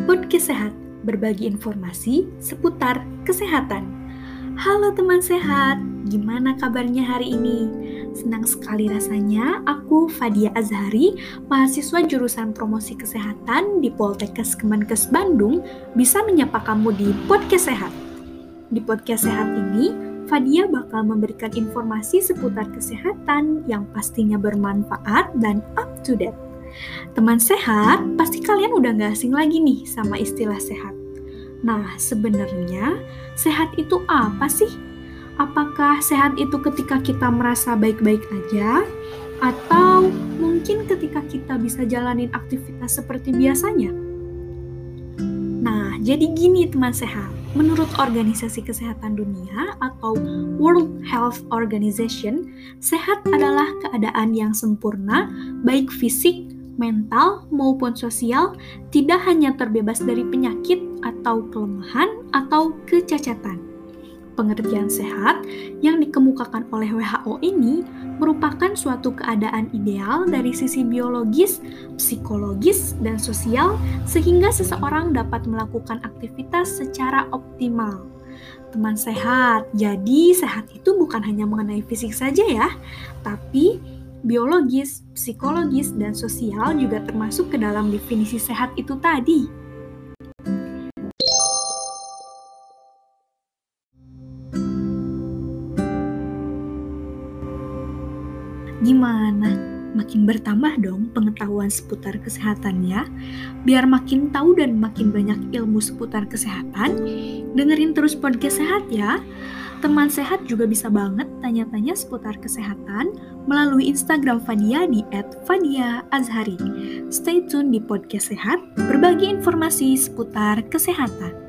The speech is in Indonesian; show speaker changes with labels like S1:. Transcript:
S1: Podcast Sehat, berbagi informasi seputar kesehatan. Halo teman sehat, gimana kabarnya hari ini? Senang sekali rasanya aku Fadia Azhari, mahasiswa jurusan promosi kesehatan di Poltekkes Kemenkes Bandung, bisa menyapa kamu di Podcast Sehat. Di Podcast Sehat ini, Fadia bakal memberikan informasi seputar kesehatan yang pastinya bermanfaat dan up to date. Teman sehat, pasti kalian udah gak asing lagi nih sama istilah sehat. Nah, sebenarnya sehat itu apa sih? Apakah sehat itu ketika kita merasa baik-baik aja? Atau mungkin ketika kita bisa jalanin aktivitas seperti biasanya? Nah, jadi gini teman sehat. Menurut Organisasi Kesehatan Dunia atau World Health Organization, sehat adalah keadaan yang sempurna, baik fisik, mental, maupun sosial, tidak hanya terbebas dari penyakit atau kelemahan atau kecacatan. Pengertian sehat yang dikemukakan oleh WHO ini merupakan suatu keadaan ideal dari sisi biologis, psikologis, dan sosial sehingga seseorang dapat melakukan aktivitas secara optimal. Teman sehat, jadi sehat itu bukan hanya mengenai fisik saja ya, tapi biologis, psikologis, dan sosial juga termasuk ke dalam definisi sehat itu tadi. Gimana? Makin bertambah dong pengetahuan seputar kesehatan ya. Biar makin tahu dan makin banyak ilmu seputar kesehatan, dengerin terus podcast sehat ya. Teman sehat juga bisa banget tanya-tanya seputar kesehatan melalui Instagram Fadia di @fadiaazhari. Stay tune di podcast sehat, berbagi informasi seputar kesehatan.